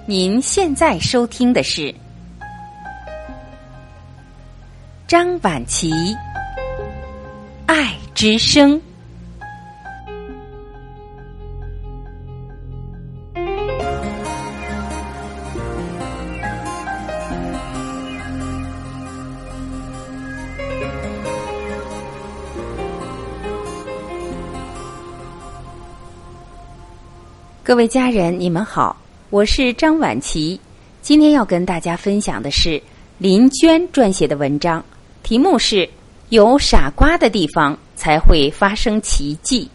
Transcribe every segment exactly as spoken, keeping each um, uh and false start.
您现在收听的是张晚琪《爱之声》。各位家人，你们好，我是张晚琪。今天要跟大家分享的是林娟撰写的文章，题目是有傻瓜的地方才会发生奇迹。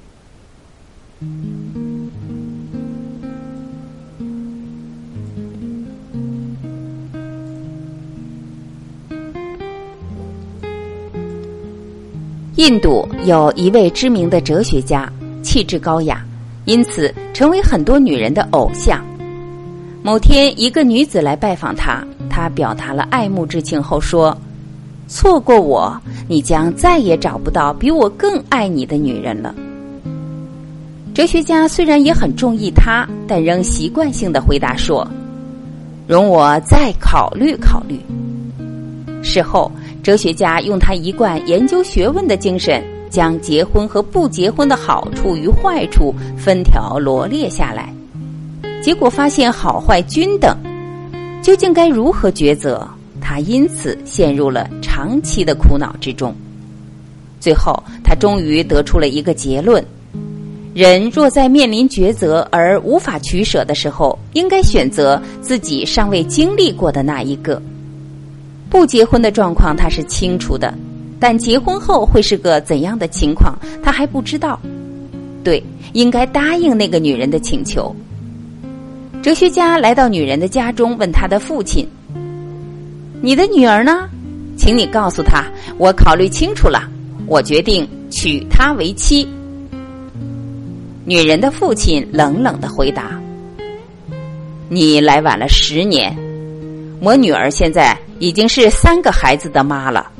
印度有一位知名的哲学家，气质高雅，因此成为很多女人的偶像。某天，一个女子来拜访他，他表达了爱慕之情后说：错过我，你将再也找不到比我更爱你的女人了。哲学家虽然也很中意他，但仍习惯性地回答说：容我再考虑考虑。事后，哲学家用他一贯研究学问的精神，将结婚和不结婚的好处与坏处分条罗列下来，结果发现好坏均等，究竟该如何抉择？他因此陷入了长期的苦恼之中。最后，他终于得出了一个结论：人若在面临抉择而无法取舍的时候，应该选择自己尚未经历过的那一个。不结婚的状况他是清楚的，但结婚后会是个怎样的情况，他还不知道。对，应该答应那个女人的请求。哲学家来到女人的家中，问她的父亲：你的女儿呢？请你告诉她，我考虑清楚了，我决定娶她为妻。女人的父亲冷冷地回答：你来晚了十年，我女儿现在已经是三个孩子的妈了。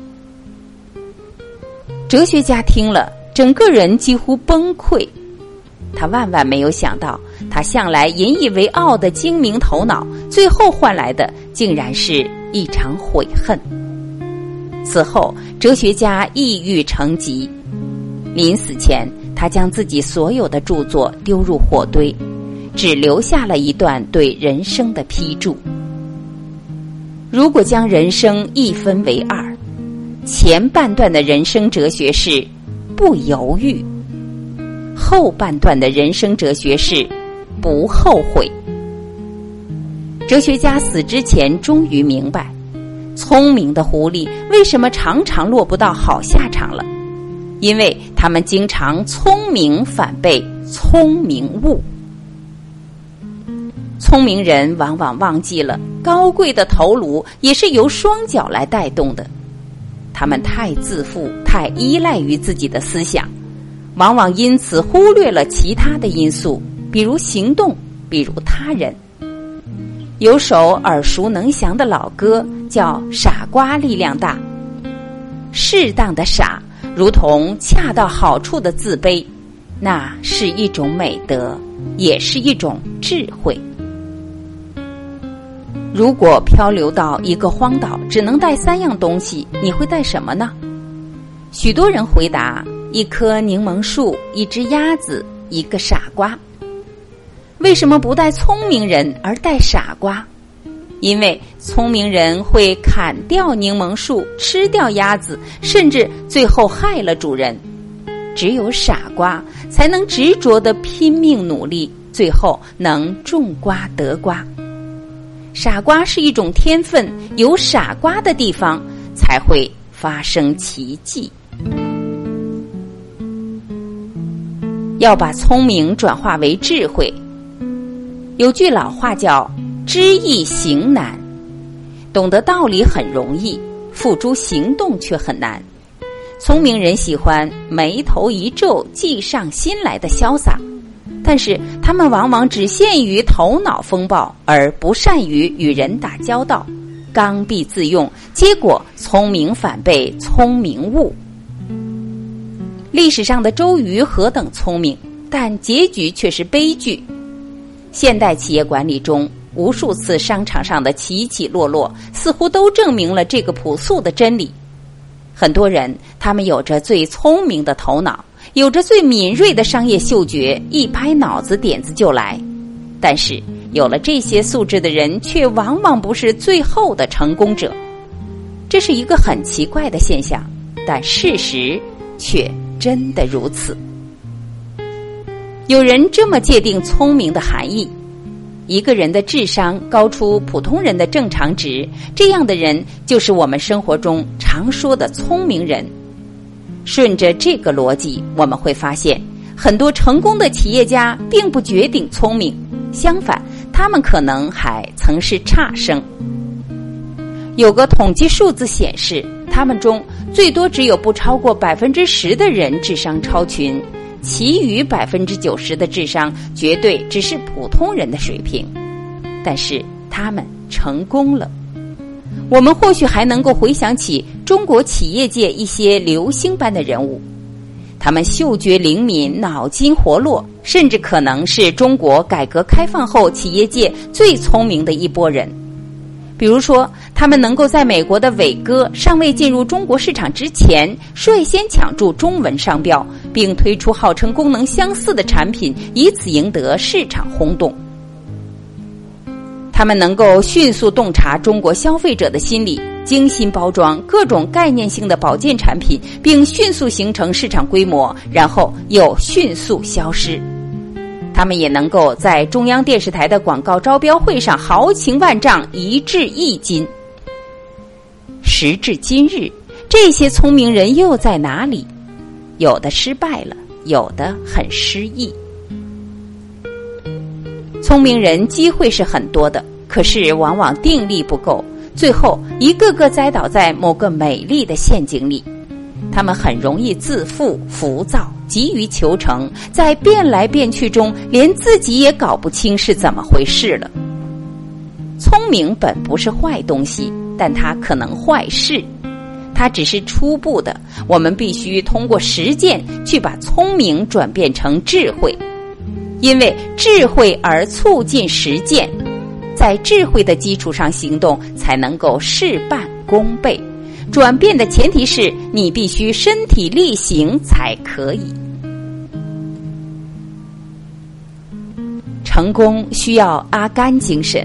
哲学家听了，整个人几乎崩溃。他万万没有想到，他向来引以为傲的精明头脑，最后换来的竟然是一场悔恨。此后，哲学家抑郁成疾，临死前，他将自己所有的著作丢入火堆，只留下了一段对人生的批注：如果将人生一分为二，前半段的人生哲学是不犹豫，后半段的人生哲学是不后悔。哲学家死之前终于明白，聪明的狐狸为什么常常落不到好下场了，因为他们经常聪明反被聪明误。聪明人往往忘记了，高贵的头颅也是由双脚来带动的。他们太自负，太依赖于自己的思想，往往因此忽略了其他的因素，比如行动，比如他人。有首耳熟能详的老歌叫《傻瓜力量大》，适当的傻如同恰到好处的自卑，那是一种美德，也是一种智慧。如果漂流到一个荒岛，只能带三样东西，你会带什么呢？许多人回答：一棵柠檬树，一只鸭子，一个傻瓜。为什么不带聪明人而带傻瓜？因为聪明人会砍掉柠檬树，吃掉鸭子，甚至最后害了主人。只有傻瓜才能执着地拼命努力，最后能种瓜得瓜。傻瓜是一种天分，有傻瓜的地方才会发生奇迹。要把聪明转化为智慧，有句老话叫知易行难，懂得道理很容易，付诸行动却很难。聪明人喜欢眉头一皱计上心来的潇洒，但是他们往往只限于头脑风暴，而不善于与人打交道，刚愎自用，结果聪明反被聪明误。历史上的周瑜何等聪明，但结局却是悲剧。现代企业管理中， 无数次商场上的起起落落，似乎都证明了这个朴素的真理。很多人，他们有着最聪明的头脑，有着最敏锐的商业嗅觉，一拍脑子点子就来。但是，有了这些素质的人，却往往不是最后的成功者。这是一个很奇怪的现象，但事实却真的如此。有人这么界定聪明的含义：一个人的智商高出普通人的正常值，这样的人就是我们生活中常说的聪明人。顺着这个逻辑，我们会发现，很多成功的企业家并不绝顶聪明，相反，他们可能还曾是差生。有个统计数字显示，他们中最多只有不超过百分之十的人智商超群，其余百分之九十的智商绝对只是普通人的水平。但是他们成功了。我们或许还能够回想起中国企业界一些流星般的人物，他们嗅觉灵敏，脑筋活络，甚至可能是中国改革开放后企业界最聪明的一拨人。比如说，他们能够在美国的伟哥尚未进入中国市场之前，率先抢注中文商标，并推出号称功能相似的产品，以此赢得市场轰动。他们能够迅速洞察中国消费者的心理，精心包装各种概念性的保健产品，并迅速形成市场规模，然后又迅速消失。他们也能够在中央电视台的广告招标会上豪情万丈，一掷一金。时至今日，这些聪明人又在哪里？有的失败了，有的很失意。聪明人机会是很多的，可是往往定力不够，最后一个个栽倒在某个美丽的陷阱里。他们很容易自负、浮躁，急于求成，在变来变去中，连自己也搞不清是怎么回事了。聪明本不是坏东西，但它可能坏事。它只是初步的，我们必须通过实践去把聪明转变成智慧。因为智慧而促进实践，在智慧的基础上行动，才能够事半功倍。转变的前提是你必须身体力行才可以。成功需要阿甘精神。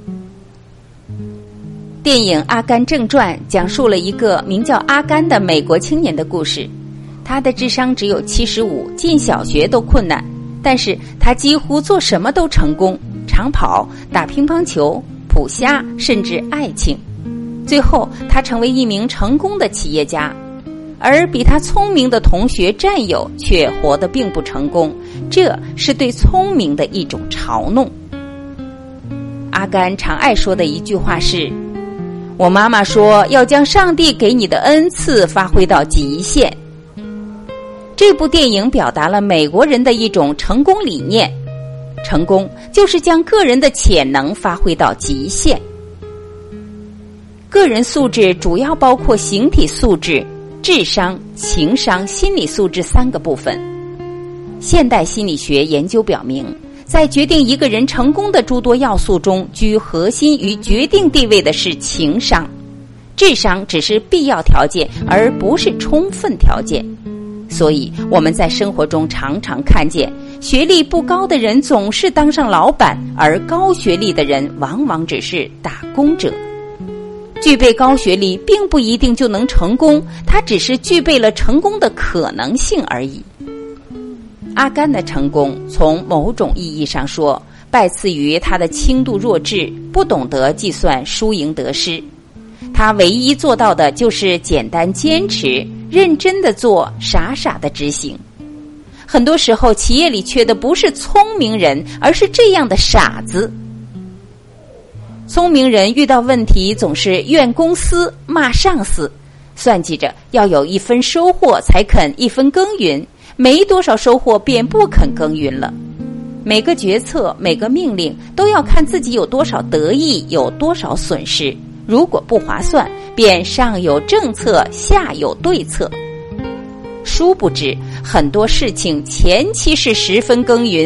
电影《阿甘正传》讲述了一个名叫阿甘的美国青年的故事。他的智商只有七十五，进小学都困难，但是他几乎做什么都成功，长跑、打乒乓球、捕虾，甚至爱情。最后他成为一名成功的企业家，而比他聪明的同学战友却活得并不成功，这是对聪明的一种嘲弄。阿甘常爱说的一句话是：我妈妈说要将上帝给你的恩赐发挥到极限。这部电影表达了美国人的一种成功理念，成功就是将个人的潜能发挥到极限。个人素质主要包括形体素质、智商、情商、心理素质三个部分。现代心理学研究表明，在决定一个人成功的诸多要素中，居核心与决定地位的是情商。智商只是必要条件，而不是充分条件。所以我们在生活中常常看见，学历不高的人总是当上老板，而高学历的人往往只是打工者。具备高学历并不一定就能成功，他只是具备了成功的可能性而已。阿甘的成功，从某种意义上说，拜赐于他的轻度弱智，不懂得计算输赢得失。他唯一做到的就是简单坚持，认真的做，傻傻的执行。很多时候，企业里缺的不是聪明人，而是这样的傻子。聪明人遇到问题总是怨公司、骂上司，算计着要有一分收获才肯一分耕耘，没多少收获便不肯耕耘了。每个决策、每个命令都要看自己有多少得益，有多少损失。如果不划算，便上有政策，下有对策。殊不知，很多事情前期是十分耕耘，三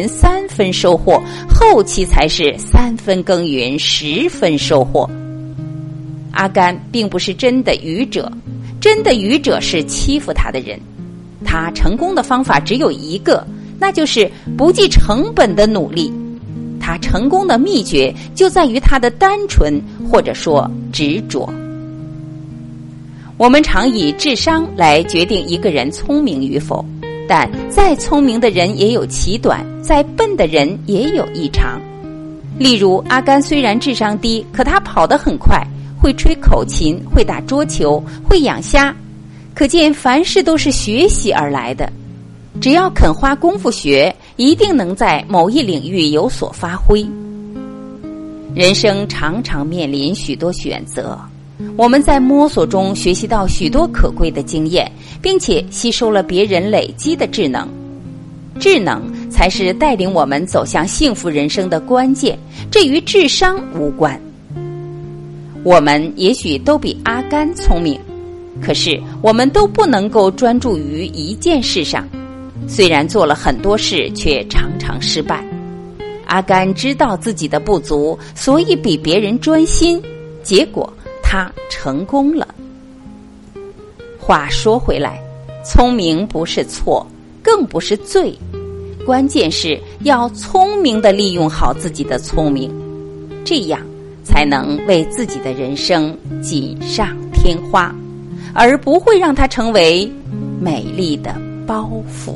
分收获，后期才是三分耕耘十分收获。阿甘并不是真的愚者，真的愚者是欺负他的人。他成功的方法只有一个，那就是不计成本的努力。他成功的秘诀就在于他的单纯，或者说执着。我们常以智商来决定一个人聪明与否，但再聪明的人也有其短，再笨的人也有异常。例如阿甘虽然智商低，可他跑得很快，会吹口琴，会打桌球，会养虾，可见凡事都是学习而来的。只要肯花功夫学，一定能在某一领域有所发挥。人生常常面临许多选择，我们在摸索中学习到许多可贵的经验，并且吸收了别人累积的智能。智能才是带领我们走向幸福人生的关键，这与智商无关。我们也许都比阿甘聪明，可是我们都不能够专注于一件事上，虽然做了很多事，却常常失败。阿甘知道自己的不足，所以比别人专心，结果他成功了。话说回来，聪明不是错，更不是罪，关键是要聪明地利用好自己的聪明，这样才能为自己的人生锦上添花，而不会让它成为美丽的包袱。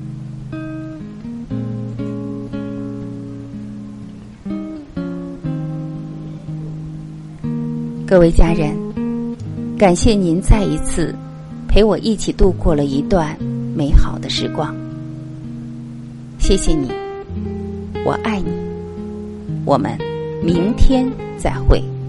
各位家人，感谢您再一次陪我一起度过了一段美好的时光。谢谢你，我爱你，我们明天再会。